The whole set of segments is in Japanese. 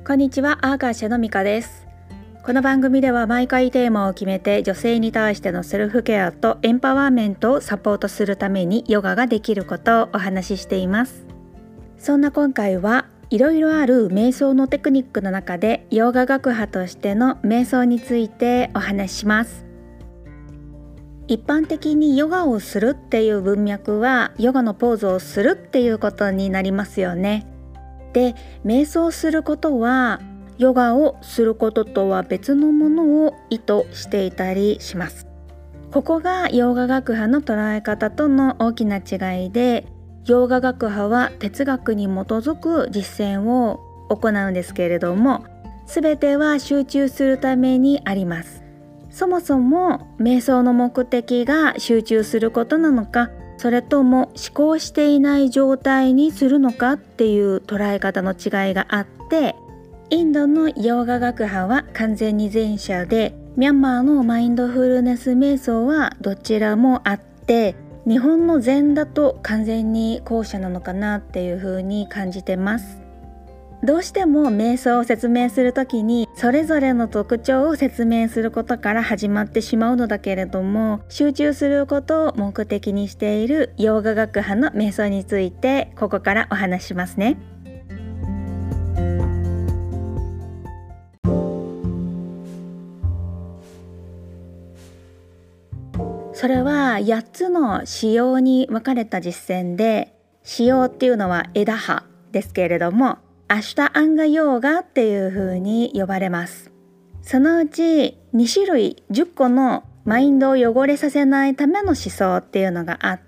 こんにちは、アーカーシャのミカです。この番組では毎回テーマを決めて女性に対してのセルフケアとエンパワーメントをサポートするためにヨガができることをお話ししています。そんな今回はいろいろある瞑想のテクニックの中でヨガ学派としての瞑想についてお話しします。一般的にヨガをするっていう文脈はヨガのポーズをするっていうことになりますよね。で、瞑想することはヨガをすることとは別のものを意図していたりします。ここがヨガ学派の捉え方との大きな違いで、ヨガ学派は哲学に基づく実践を行うんですけれども、全ては集中するためにあります。そもそも瞑想の目的が集中することなのか、それとも思考していない状態にするのかっていう捉え方の違いがあって、インドのヨガ学派は完全に前者で、ミャンマーのマインドフルネス瞑想はどちらもあって、日本の禅だと完全に後者なのかなっていう風に感じてます。どうしても瞑想を説明するときにそれぞれの特徴を説明することから始まってしまうのだけれども、集中することを目的にしているヨガ学派の瞑想についてここからお話ししますね。それは8つの仕様に分かれた実践で、仕様っていうのは枝葉ですけれども、アシュタアンガヨーガっていう風に呼ばれます。そのうち2種類10個のマインドを汚れさせないための思想っていうのがあって、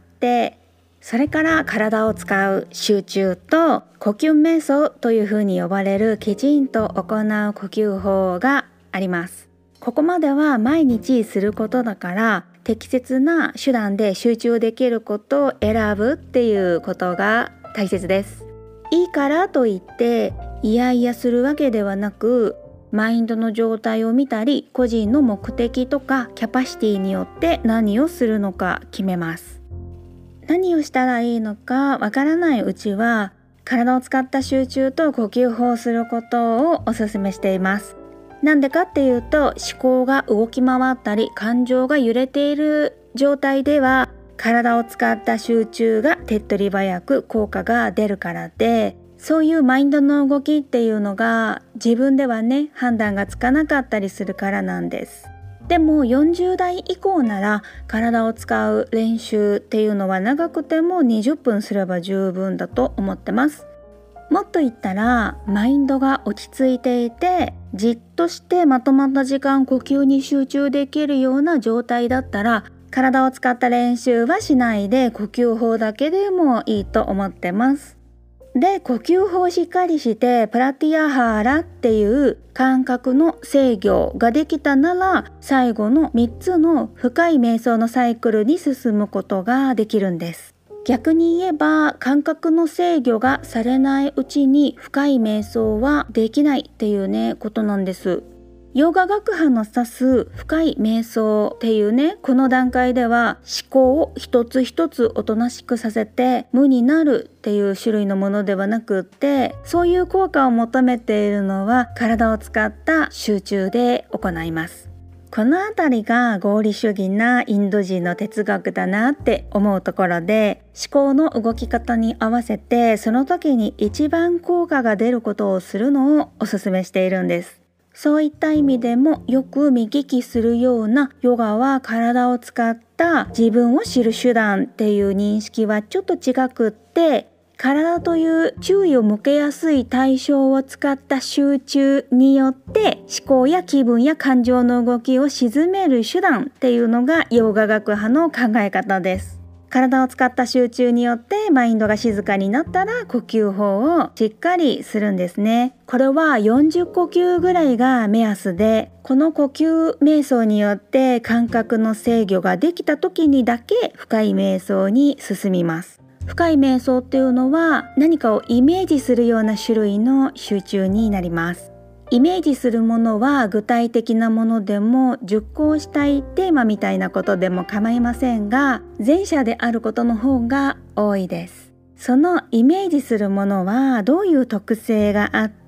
それから体を使う集中と呼吸瞑想という風に呼ばれるきちんと行う呼吸法があります。ここまでは毎日することだから、適切な手段で集中できることを選ぶっていうことが大切です。いいからといっていやいやするわけではなく、マインドの状態を見たり、個人の目的とかキャパシティによって何をするのか決めます。何をしたらいいのかわからないうちは、体を使った集中と呼吸法をすることをお勧めしています。なんでかっていうと、思考が動き回ったり感情が揺れている状態では体を使った集中が手っ取り早く効果が出るからで、そういうマインドの動きっていうのが自分ではね、判断がつかなかったりするからなんです。でも40代以降なら体を使う練習っていうのは長くても20分すれば十分だと思ってます。もっと言ったら、マインドが落ち着いていてじっとしてまとまった時間呼吸に集中できるような状態だったら、体を使った練習はしないで呼吸法だけでもいいと思ってます。で、呼吸法をしっかりしてプラティアハーラっていう感覚の制御ができたなら、最後の3つの深い瞑想のサイクルに進むことができるんです。逆に言えば、感覚の制御がされないうちに深い瞑想はできないっていうね、ことなんです。ヨガ学派の指す深い瞑想っていうね、この段階では思考を一つ一つおとなしくさせて無になるっていう種類のものではなくって、そういう効果を求めているのは体を使った集中で行います。このあたりが合理主義なインド人の哲学だなって思うところで、思考の動き方に合わせてその時に一番効果が出ることをするのをお勧めしているんです。そういった意味でもよく見聞きするようなヨガは体を使った自分を知る手段っていう認識はちょっと違くって、体という注意を向けやすい対象を使った集中によって思考や気分や感情の動きを鎮める手段っていうのがヨガ学派の考え方です。体を使った集中によってマインドが静かになったら呼吸法をしっかりするんですね。これは40呼吸ぐらいが目安で、この呼吸瞑想によって感覚の制御ができた時にだけ深い瞑想に進みます。深い瞑想っていうのは何かをイメージするような種類の集中になります。イメージするものは具体的なものでも熟考したいテーマみたいなことでも構いませんが、前者であることの方が多いです。そのイメージするものはどういう特性があっ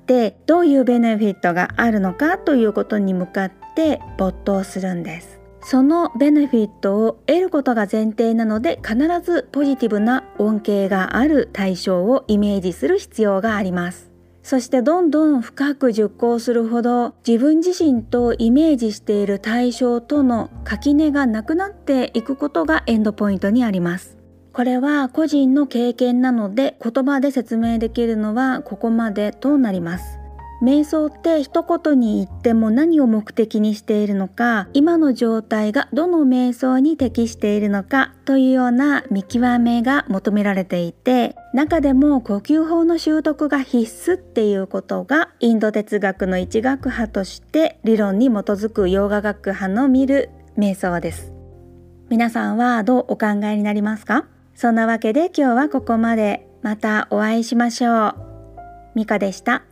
ってどういうベネフィットがあるのかということに向かって没頭するんです。そのベネフィットを得ることが前提なので、必ずポジティブな恩恵がある対象をイメージする必要があります。そしてどんどん深く熟考するほど、自分自身とイメージしている対象との垣根がなくなっていくことがエンドポイントにあります。これは個人の経験なので、言葉で説明できるのはここまでとなります。瞑想って一言に言っても何を目的にしているのか、今の状態がどの瞑想に適しているのかというような見極めが求められていて、中でも呼吸法の習得が必須っていうことがインド哲学の一学派として理論に基づくヨガ学派の見る瞑想です。皆さんはどうお考えになりますか？そんなわけで今日はここまで。またお会いしましょう。ミカでした。